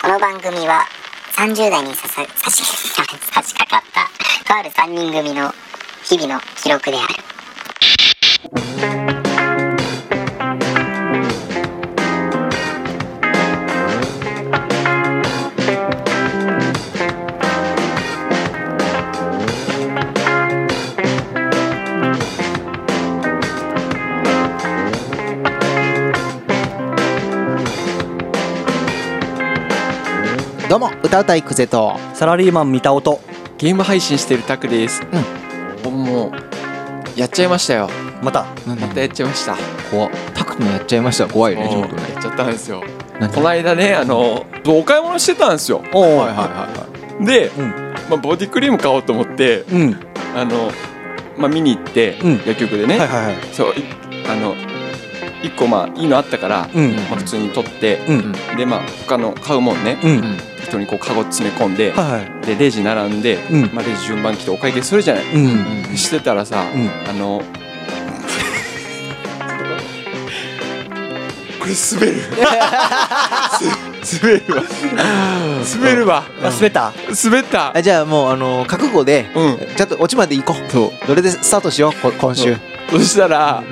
この番組は30代に差し掛かったとある3人組の日々の記録である。 どうも歌うたいくぜとサラリーマン三田音。 ゲーム配信してるタクです。僕もうやっちゃいましたよ。 またやっちゃいました。 怖っ。タクもやっちゃいました。怖いねちょっとね。 やっちゃったんですよ。この間ねお買い物してたんですよ。で、ボディクリーム買おうと思って見に行って薬局でね、そう1個1個いいのあったから普通に取ってで他の買うもんね人にこうカゴ詰め込んででレジ並んでレジ順番来てお会計するじゃない。してたらさこれ滑る滑るわ。滑ったじゃあもう覚悟でちゃんとオチまで行こう。どれでスタートしよう今週。 そしたら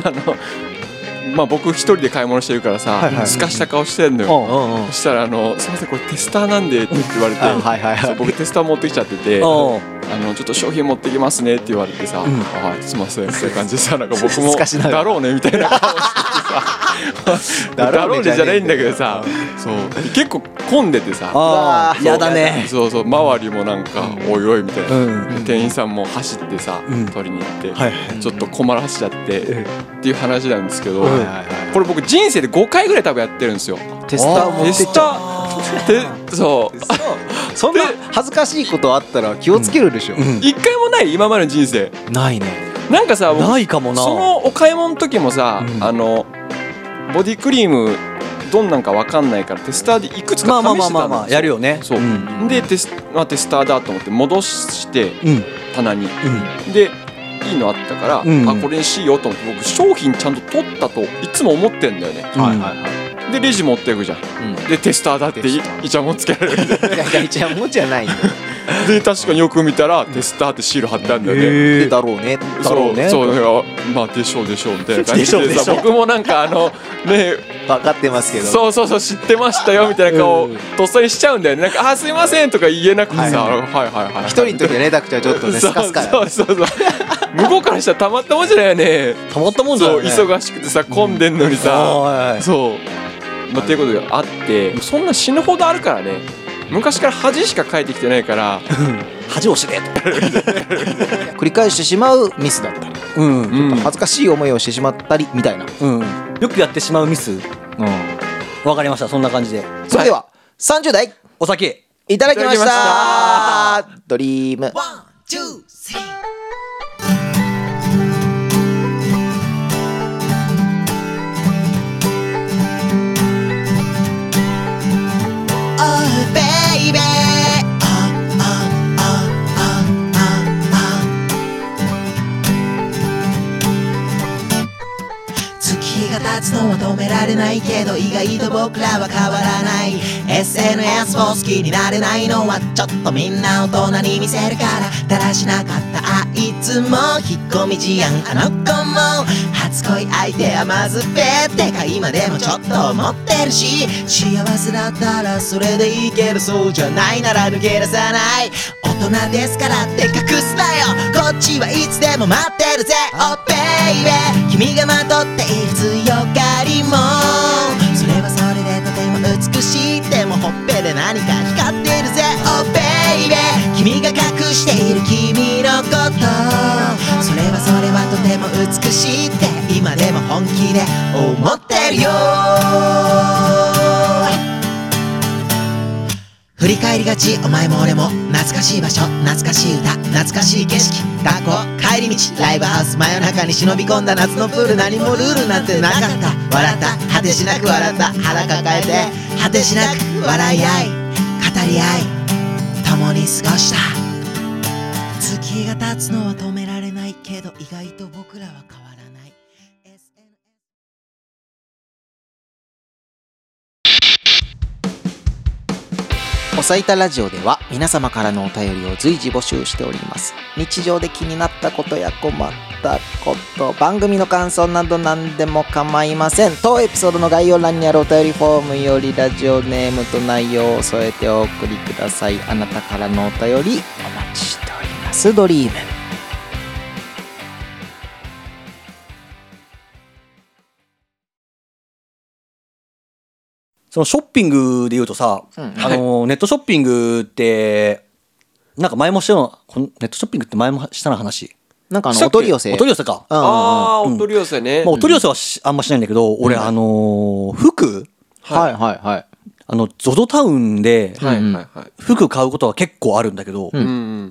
僕一人で買い物してるからさすかした顔してんのよ。そしたらすいませんこれテスターなんでって言われて僕テスター持ってきちゃっててちょっと商品持ってきますねって言われてさすいませんっていう感じでさなんか僕もだろうねみたいな顔してさだろうねじゃないんだけどさ結構混んでてさやだね。 周りもなんかおいおいみたいな店員さんも走ってさ取りに行ってちょっと困らしちゃってっていう話なんですけどこれ僕人生で5回ぐらい多分やってるんですよ。 テスター持ってっちゃう。そんな恥ずかしいことあったら気をつけるでしょ。 一回もない今までの人生ないね。 なんかさないかもな。 そのお買い物の時もさボディクリームどんなんか分かんないからテスターでいくつか試してたの。 やるよね。 でテスターだと思って戻して棚にでいいのあったからこれにしようと思って僕商品ちゃんと取ったといつも思ってんだよね。でレジ持っていくじゃんでテスターだってイチャモンつけられる。 イチャモンじゃないよ。 で確かによく見たらテスターってシール貼ってあるんだよね。 だろうねそうでしょうみたいな感じでさ僕もなんかね分かってますけどそう知ってましたよみたいな顔とっさにしちゃうんだよね。なんかすいませんとか言えなくてさ一人の時はねタクちゃんちょっとねスカスカ向こうからしたらたまったもんじゃないよね。 たまったもんじゃないね。 忙しくてさ混んでんのにさっていうことがあってそんな死ぬほどあるからね。昔から恥しか書いてきてないから恥を知れと繰り返してしまうミスだったりちょっと恥ずかしい思いをしてしまったりみたいなよくやってしまうミス。わかりました。そんな感じでそれでは30代お酒いただきました。ドリーム立つのは止められないけど意外と僕らは変わらない。 SNS を好きになれないのはちょっとみんな大人に見せるからだらしなかったあいつも引っ込み思案あの子も初恋相手はまずべってか今でもちょっと思ってるし幸せだったらそれでいいけどそうじゃないなら抜け出さない。大人ですからって隠すなよこっちはいつでも待ってるぜ Oh baby 君がまとっている強がりもそれはそれでとても美しい。でもほっぺで何か光ってるぜ Oh baby 君が隠している君のことそれはとても美しいって今でも本気で思ってるよ。振り返りがちお前も俺も懐かしい場所懐かしい歌懐かしい景色学校帰り道ライブハウス真夜中に忍び込んだ夏のプール何もルールなんてなかった笑った果てしなく笑った腹抱えて果てしなく笑い合い語り合い共に過ごした。月が経つのは止められないけど意外と僕らは変わらない。 おさいたラジオでは皆様からのお便りを随時募集しております。日常で気になったことや困ったこと、番組の感想など何でも構いません。当エピソードの概要欄にあるお便りフォームよりラジオネームと内容を添えてお送りください。あなたからのお便りお待ちしております。ドリーム。 そのショッピングで言うとさ、ネットショッピングってなんか前もしたの、ネットショッピングって前もしたの話、 なんかお取り寄せ。 お取り寄せか。 ああ、お取り寄せね。 お取り寄せはあんましないんだけど、俺服、 はいはいはい。 ZOZO タウンで服買うことは結構あるんだけど、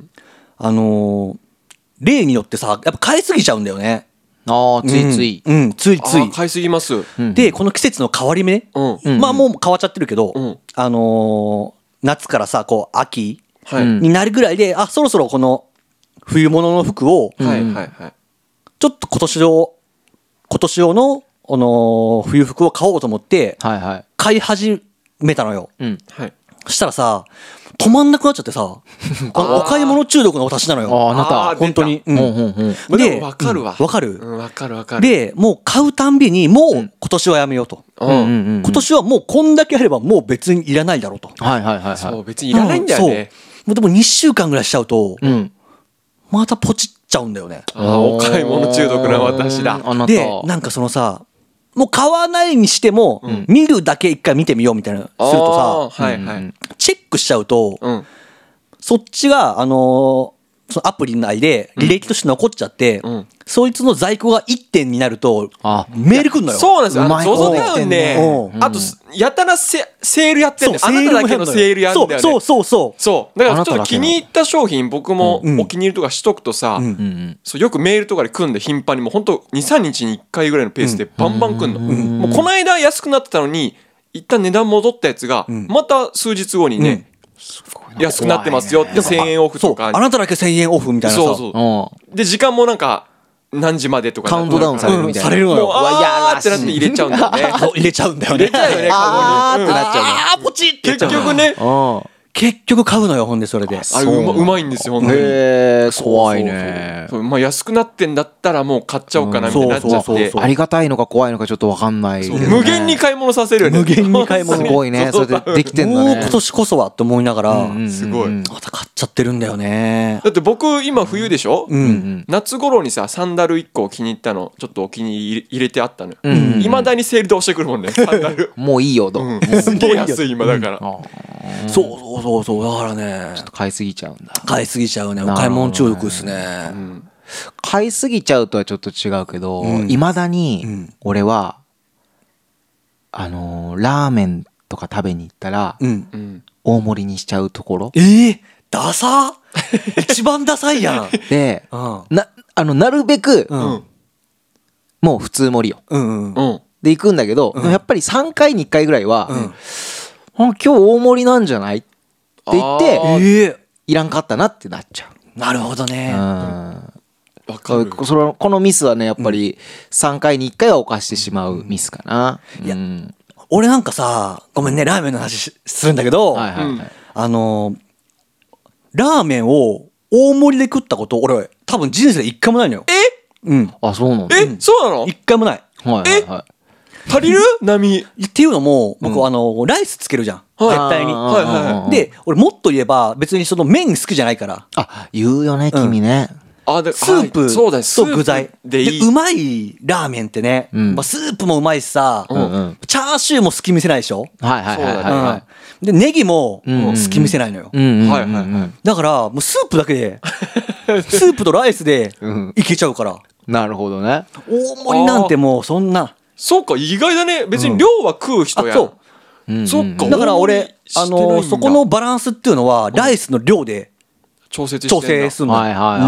例によってさ、やっぱ買いすぎちゃうんだよね。 ああ、ついつい。 ついつい。 買いすぎます。 で、この季節の変わり目、まあもう変わっちゃってるけど、夏からさ、こう、秋になるぐらいで、あ、そろそろこの冬物の服を、ちょっと今年用の、冬服を買おうと思って、買い始めたのよ。そしたらさ、止まんなくなっちゃってさ、お買い物中毒の私なのよ。 あなた本当に。 でも分かるわ。 分かる。 分かる分かる。 で、もう買うたんびに、もう今年はやめようと。今年はもうこんだけあればもう別にいらないだろうと。 そう、別にいらないんだよね。 そう。でも2週間ぐらいしちゃうと、またポチっちゃうんだよね。 お買い物中毒な私だ。 で、なんかそのさ、もう買わないにしても、見るだけ一回見てみようみたいなするとさ、チェックしちゃうと、そっちがそのアプリ内で履歴として残っちゃって、そいつの在庫が1点になるとメール来んのよ。 そうなんですよ。ZOZOタウンね、あとやたらセールやってんの。あなただけのセールやるんだよね。そうだからちょっと気に入った商品僕もお気に入りとかしとくとさ、よくメールとかで来んで頻繁に、もうほんと 2,3 日に1回ぐらいのペースでバンバン来んの。もうこの間安くなってたのに一旦値段戻ったやつがまた数日後にね、安くなってますよって1000円オフとか、 あなただけ1000円オフみたいなさ、 で時間もなんか何時までとかカウントダウンされるみたいな、 されるのよ。 もうあーってなって入れちゃうんだよね。 入れちゃうんだよね。 入れちゃうよね。 あーってなっちゃうね。 あーポチって結局ね、 結局買うのよ。ほんでそれであれうまいんですよ。ほんとに怖いね。 まあ安くなってんだったらもう買っちゃおうかなみたいになっちゃって、 ありがたいのか怖いのかちょっと分かんない。 無限に買い物させるよね。 無限に買い物。 すごいね。それでできてんだね。 もう今年こそはって思いながら、 すごい。 また買っちゃってるんだよね。 だって僕今冬でしょ。夏頃にさサンダル1個気に入ったのちょっとお気に入れてあったのよ。いまだにセールで押してくるもんね、サンダル。 もういいよと。 すげえ安い今だから。 そうだからね、 ちょっと買いすぎちゃうんだ。 買いすぎちゃうね。お買い物中毒ですね。 買いすぎちゃうとはちょっと違うけど、いまだに俺はラーメンとか食べに行ったら大盛りにしちゃうところ。 ダサ一番ダサいやん。 でなるべくもう普通盛りよで行くんだけど、やっぱり3回に1回ぐらいは今日大盛りなんじゃないって言っていらんかったなってなっちゃう。 なるほどね。 わかる。 このミスはねやっぱり3回に1回は犯してしまうミスかな。 いや俺なんかさ、ごめんねラーメンの話するんだけど、ラーメンを大盛りで食ったこと俺多分人生で1回もないのよ。 あ、そうなんだ。 そうなの ？1回もない。 足りる？波っていうのも僕ライスつけるじゃん絶対に。で俺もっと言えば別にその麺好きじゃないから。 あ、言うよね君ね。 スープと具材でうまいラーメンってね、スープもうまいしさ、チャーシューも好き見せないでしょ。でネギも好き見せないのよ。だからもうスープだけでスープとライスでいけちゃうから。 なるほどね。 大盛りなんてもうそんな。 そうか、意外だね。別に量は食う人や。そっか。 だから俺そこのバランスっていうのはライスの量で調整するの。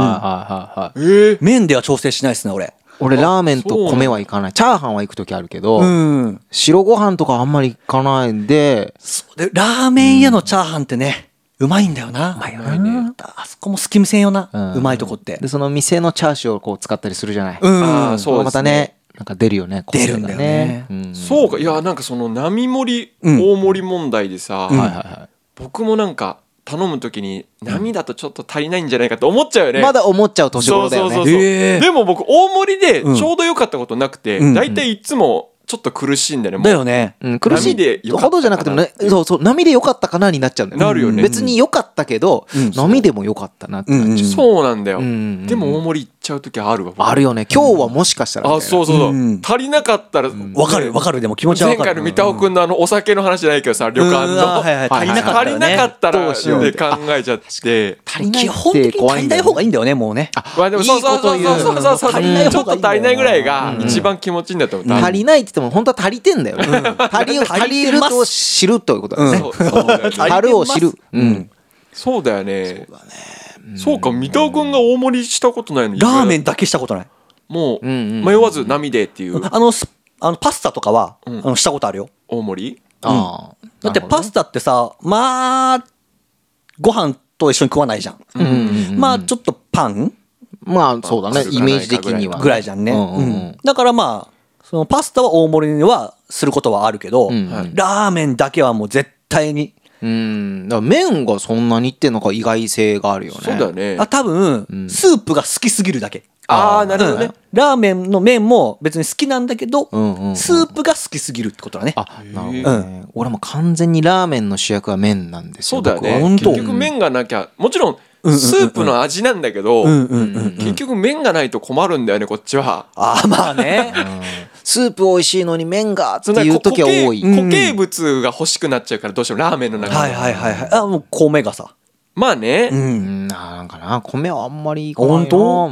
麺では調整しないですね俺。 俺ラーメンと米はいかない。チャーハンは行く時あるけど、白ご飯とかあんまり行かないんで。 ラーメン屋のチャーハンってねうまいんだよな。うまいよね。あそこも好き見せんよな、うまいとこって。 でその店のチャーシューをこう使ったりするじゃない。 そうまたねなんか出るよね。 出るんだよね。 そうか。いやなんかその並盛り大盛り問題でさ、 僕もなんか頼むときに波だとちょっと足りないんじゃないかと思っちゃうよね。 まだ思っちゃう年頃だよね。 そうでも僕大盛りでちょうど良かったことなくて、だいたいいつもちょっと苦しいんだよね。 だよね。 苦しいほどじゃなくてもね、そう波で良かったかなになっちゃうんだよね。 なるよね。 別に良かったけど、波でも良かったなってなっちゃう。 そうなんだよ。でも大盛りいっちゃう時あるわ。 あるよね。今日はもしかしたら。 あ、そう。足りなかったら。 わかる。でも気持ちはわかる。 前回の三田尾くんのお酒の話じゃないけどさ、旅館の。 足りなかったら。 どうしようって考えちゃって。 基本的に足りない方がいいんだよね、もうね。 でもそう。ちょっと足りないぐらいが一番気持ちいいんだと思う。 足りないって言っても本当は足りてんだよね。足りると知るということだね。足るを知る。 そうだよね。そうか、三田尾くんが大盛りしたことないのに。 ラーメンだけしたことない。 もう迷わず波でっていう。 パスタとかはしたことあるよ。 大盛り？ だってパスタってさ、まあご飯と一緒に食わないじゃん。まあちょっとパン？ まあそうだね、イメージ的にはぐらいじゃんね。だからまあそのパスタは大盛りにはすることはあるけど、ラーメンだけはもう絶対に。 だから麺がそんなにいってんのか意外性があるよね。 そうだよね。 多分スープが好きすぎるだけ。 なるほどね。 ラーメンの麺も別に好きなんだけど、スープが好きすぎるってことだね。 なるほどね。俺も完全にラーメンの主役は麺なんですよ。 そうだよね。結局麺がなきゃ、もちろんスープの味なんだけど、結局麺がないと困るんだよね、こっちは。 まあね。 スープ美味しいのに麺がっていう時は多い。 固形物が欲しくなっちゃうから、どうしてもラーメンの中で。もう米がさ。 まあね。 なんかな、米はあんまりいいかな。 本当？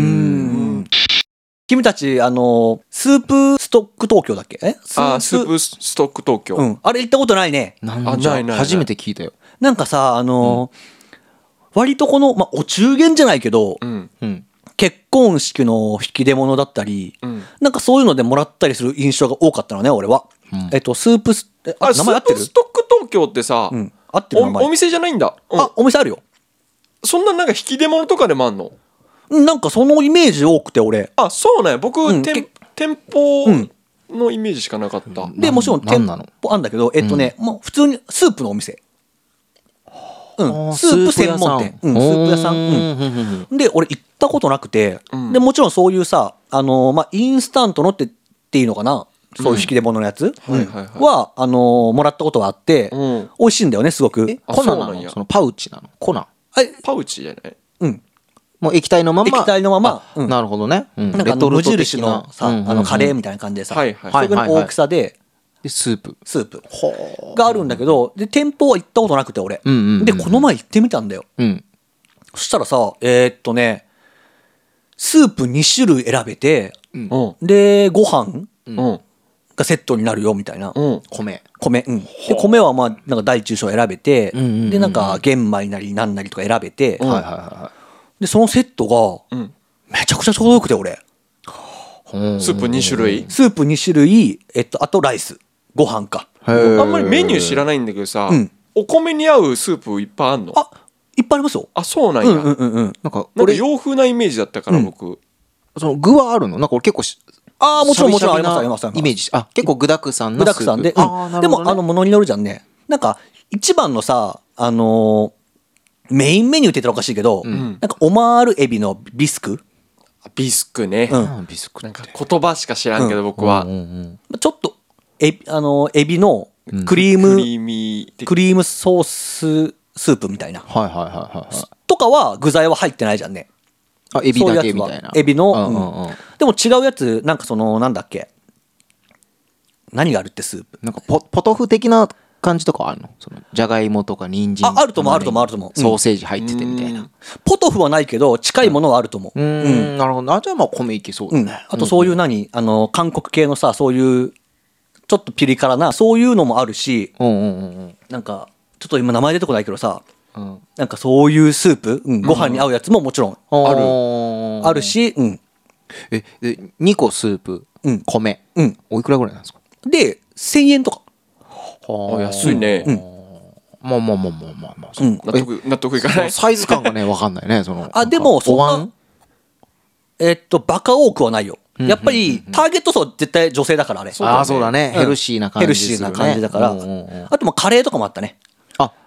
君たち、スープストック東京だっけ？ スープストック東京。 あれ行ったことないね。 ない。初めて聞いたよ。 なんかさ、割とこの、お中元じゃないけど、結婚式の引き出物だったり、なんかそういうのでもらったりする印象が多かったのね、俺は。スープス、名前合ってる？ スープストック東京ってさ、 合ってる名前。 お店じゃないんだ。 お店あるよ。 そんななんか引き出物とかでもあんの？ なんかそのイメージ多くて俺。 そうなんや。僕、店舗のイメージしかなかった。 で、もちろん店舗あんだけど、もう普通にスープのお店。スープ専門店。スープ屋さん。で、俺行ったことなくて、で、もちろんそういうさ、インスタントのっていいのかな？そういう引き出物のやつは、もらったことがあって、美味しいんだよね、すごく。 粉なの？そのパウチなの？粉？ パウチじゃない？ もう液体のまま。なるほどね。 なんか無印のさ、カレーみたいな感じでさ、それぐらいの大きさで、 スープがあるんだけど、で、店舗は行ったことなくて俺。で、この前行ってみたんだよ。そしたらさ、スープ2種類選べて、で、ご飯がセットになるよみたいな。 米。 で、米はまあ、なんか大中小選べて、で、なんか玄米なりなんなりとか選べて、で、そのセットが、めちゃくちゃちょうどよくて、俺。 スープ2種類？ スープ2種類、あとライス。ご飯か。 あんまりメニュー知らないんだけどさ、お米に合うスープいっぱいあんの？ いっぱいありますよ。 そうなんや。なんか洋風なイメージだったから、僕。 その具はあるの？なんか俺結構もちろんあります。 イメージ。結構具沢山のスープ。 で。でも、ものによるじゃんね。なんか、一番のさ、メインメニューって言ったらおかしいけど、なんかオマールエビのビスクね。ビスクなんか言葉しか知らんけど、僕は。 ちょっと、エビのクリームソーススープみたいな。とかは具材は入ってないじゃんね。 エビだけみたいな。 エビの。でも違うやつ、なんかその、なんだっけ。何があるってスープ。 なんかポトフ的な感じとかあるの？そのじゃがいもとか人参。 あると思う。ソーセージ入っててみたいな。 ポトフはないけど、近いものはあると思う。 なるほど。じゃあまあ米いけそうだね。 あとそういう韓国系のさ、そういう、ちょっとピリ辛な、そういうのもあるし、なんか、ちょっと今名前出てこないけどさ、なんかそういうスープ、ご飯に合うやつももちろんあるし、 で2個スープ、米、おいくらぐらいなんですか？ で1000円とか。 安いね。 まあ納得いかない。 サイズ感がね分かんないね。 でもそんなバカ多くはないよ。やっぱりターゲット層絶対女性だからあれ。 そうだね。ヘルシーな感じですよね。 だから。あとカレーとかもあったね。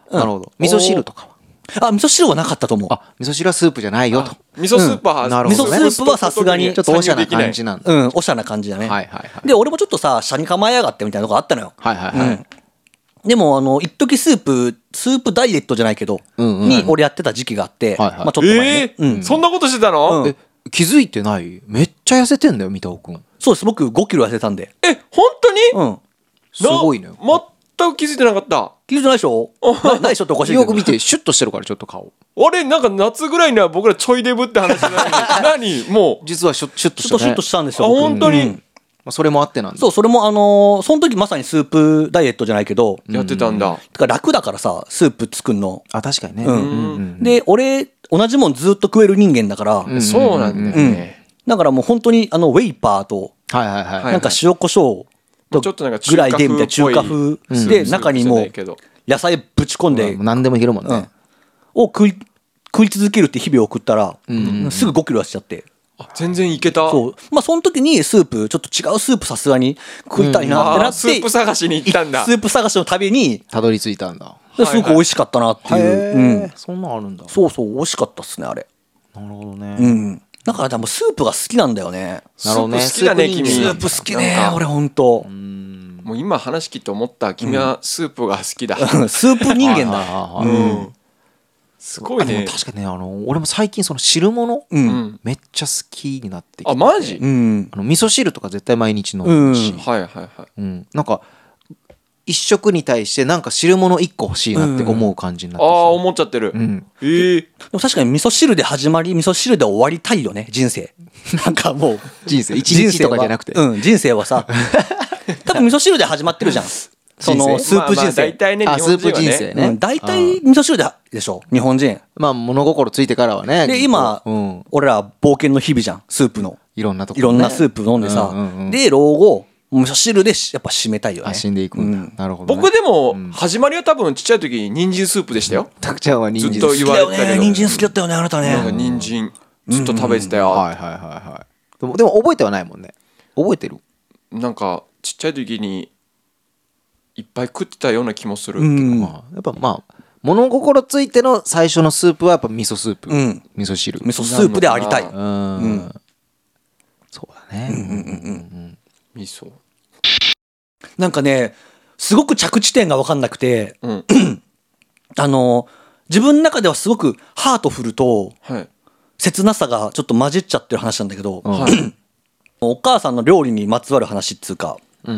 なるほど。味噌汁とかは？ 味噌汁はなかったと思う。 味噌汁はスープじゃないよと。 味噌スープは、 なるほどね。 味噌スープはさすがにちょっとおしゃな感じなんだ。 おしゃな感じだね。 はいはいはい。 で、俺もちょっとさ、車に構えやがってみたいなとこあったのよ。 はいはいはい。 でも、一時スープダイエットじゃないけど、に俺やってた時期があって、まあちょっと前ね。 そんなことしてたの？ 気づいてない？めっちゃ痩せてんだよ、三田尾くん。 そうです、僕5キロ痩せたんで。 本当に？ うん。 すごいね。 全く気づいてなかった。 気づいてないでしょ？ないでしょっておかしいけど。 よく見て、シュッとしてるから、ちょっと顔。 なんか夏ぐらいには僕らちょいデブって話じゃないのに。何？もう。 実はシュッとしたね。 シュッとしたんですよ。 本当に。 それもあってなんだ。 そう、それもその時まさにスープダイエットじゃないけど。 やってたんだ。 だから楽だからさ、スープ作んの。 確かにね。 で、俺、同じもんずっと食える人間だから。 そうなんだよね。 だからもう本当にウェイパーと、なんか塩コショウとぐらいでみたいな中華風で、中にもう野菜ぶち込んで。 何でもいけるもんね。 を食い続けるって日々を送ったら、すぐ5キロ痩せちゃって。 全然いけた。 そう。まあその時にスープ、ちょっと違うスープさすがに食いたいなってなって。 スープ探しに行ったんだ。 スープ探しの旅にたどり着いたんだ。 すごく美味しかったなっていう。 そんなんあるんだ。 そうそう、美味しかったっすね、あれ。 なるほどね。 だからでもスープが好きなんだよね。 なるほどね。 好きだね、君。 スープ好きね、俺ほんと。 もう今話聞いて思った。君はスープが好きだ。 スープ人間だ。 すごいね。 確かにね、俺も最近その汁物めっちゃ好きになってきて。 マジ？ 味噌汁とか絶対毎日飲むし。 はいはいはい。 なんか一食に対してなんか汁物1個欲しいなって思う感じになってきて。 思っちゃってる。 でも確かに味噌汁で始まり味噌汁で終わりたいよね、人生。なんかもう人生1日とかじゃなくて。 人生はさ、多分味噌汁で始まってるじゃん。そのスープ人生。 大体ね、 スープ人生ね。 大体味噌汁でしょ、日本人。 まあ物心ついてからはね。 で、今、俺ら冒険の日々じゃん、スープの。 いろんなとこ。 いろんなスープ飲んでさ。で、老後、味噌汁でやっぱ締めたいよね。 死んでいくんだ。なるほど。 僕でも、始まりは多分ちっちゃい時に人参スープでしたよ。 たくちゃんは人参ずっと言われてたけど。 人参好きだったよね、あなたね。 なんか人参、ずっと食べてたよ。 はいはいはいはい。でも覚えてはないもんね。覚えてる？ なんか、ちっちゃい時に、いっぱい食ってたような気もする。 やっぱまあ物心ついての最初のスープはやっぱ味噌スープ、味噌汁、 味噌スープでありたい。 そうだね。 味噌。 なんかね、すごく着地点が分かんなくて、自分の中ではすごくハートフルと切なさがちょっと混じっちゃってる話なんだけど、お母さんの料理にまつわる話っつうか、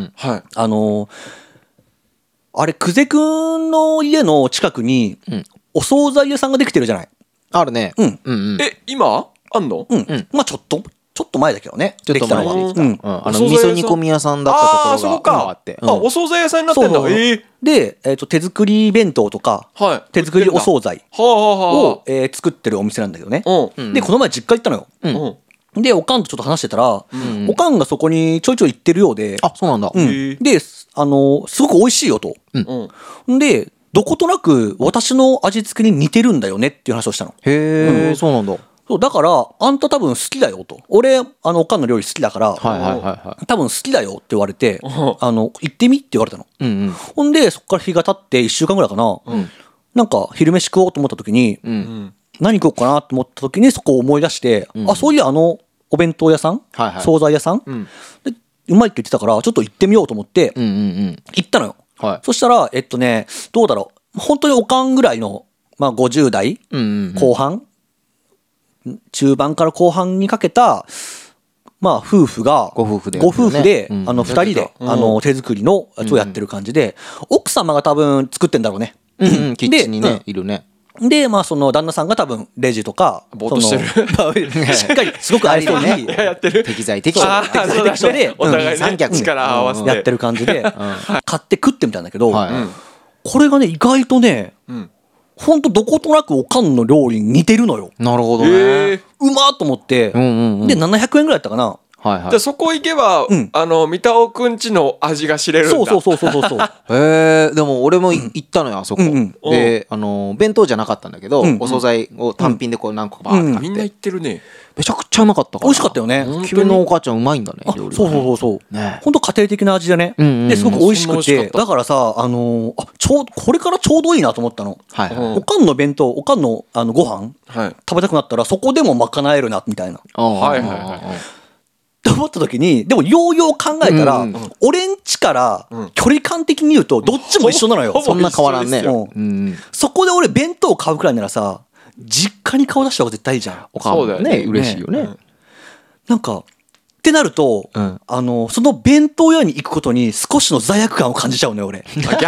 あれ久世くんの家の近くにお惣菜屋さんができてるじゃない。 あるね。 今あんの？ まあちょっと前だけどね。 ちょっと前に味噌煮込み屋さんだったところがあって。 お惣菜屋さんになってんだ。 で、手作り弁当とか手作りお惣菜を作ってるお店なんだけどね。でこの前実家行ったのよ。でおかんとちょっと話してたら、おかんがそこにちょいちょい行ってるようで。 あ、そうなんだ。 ですごく美味しいよと。でどことなく私の味付けに似てるんだよねっていう話をしたの。 へえ、そうなんだ。 そうだからあんた多分好きだよと。俺おかんの料理好きだから多分好きだよって言われて行ってみって言われたの。ほんでそっから日が経って1週間ぐらいかな。なんか昼飯食おうと思った時に何食おうかなと思った時にそこを思い出してそういやお弁当屋さん惣菜屋さんでうまいって言ってたからちょっと行ってみようと思って行ったのよ。そしたらどうだろう、本当におかんぐらいのまあ50代後半中盤から後半にかけたまあ夫婦がご夫婦で 2人で手作りのやつをやってる感じで、奥様が多分作ってんだろうね。 キッチンにねいるね。 でまあその旦那さんが多分レジとかぼーっとしてるしっかりすごく愛想にやってる適材適所でお互いね力合わせてやってる感じで買って食ってみたんだけど、これがね意外とねほんとどことなくおかんの料理に似てるのよ。 なるほどね。 うまーと思ってで700円ぐらいだったかな。 はいはい。 でそこ行けば、三田尾くんちの味が知れるんだ。 そう。 でも俺も行ったのよ、あそこ。で、弁当じゃなかったんだけど、お惣菜を単品でこう何個かバーって買って。 みんな行ってるね。 めちゃくちゃうまかったから。 美味しかったよね。 君のお母ちゃんうまいんだね。 そう。本当家庭的な味でね。ですごく美味しくて、だからさ、これからちょうどいいなと思ったの。おかんの弁当、おかんのご飯食べたくなったらそこでも賄えるなみたいな。って思った時に、でもようよう考えたら、俺んちから距離感的に言うとどっちも一緒なのよ。 そんな変わらんね。 そこで俺弁当買うくらいならさ、実家に顔出した方が絶対いいじゃん。 そうだよね。嬉しいよね。 なんかってなると、その弁当屋に行くことに少しの罪悪感を感じちゃうのよ俺。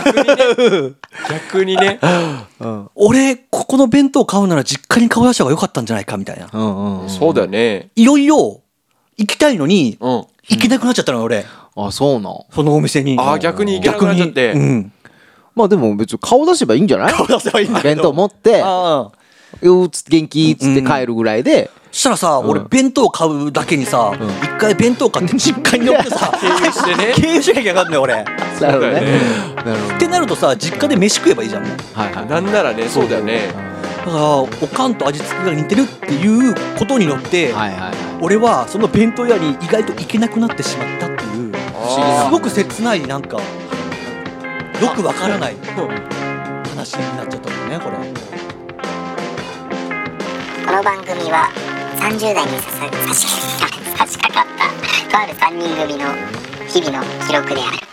逆にね。 俺ここの弁当買うなら実家に顔出した方が良かったんじゃないかみたいな。 そうだよね。 いよいよ行きたいのに行けなくなっちゃったのよ俺。 あ、そうな。 そのお店に。 逆に行けなくなっちゃって。 まあでも別に顔出せばいいんじゃない？ 顔出せばいいんだけど。 弁当持って。元気っつって帰るぐらいで、 そしたらさ、俺弁当買うだけにさ、一回弁当買って実家に寄ってさ経由してね、 経由しなきゃいけないんだよ俺。 なるほどね。 ってなるとさ、実家で飯食えばいいじゃん。 なんならね、そうだよね。 だからおかんと味付けが似てるっていうことによって、俺はその弁当屋に意外と行けなくなってしまったっていう、すごく切ないなんかよくわからない話になっちゃったんだよねこれ。 この番組は30代に差し掛かったとある3人組の日々の記録である。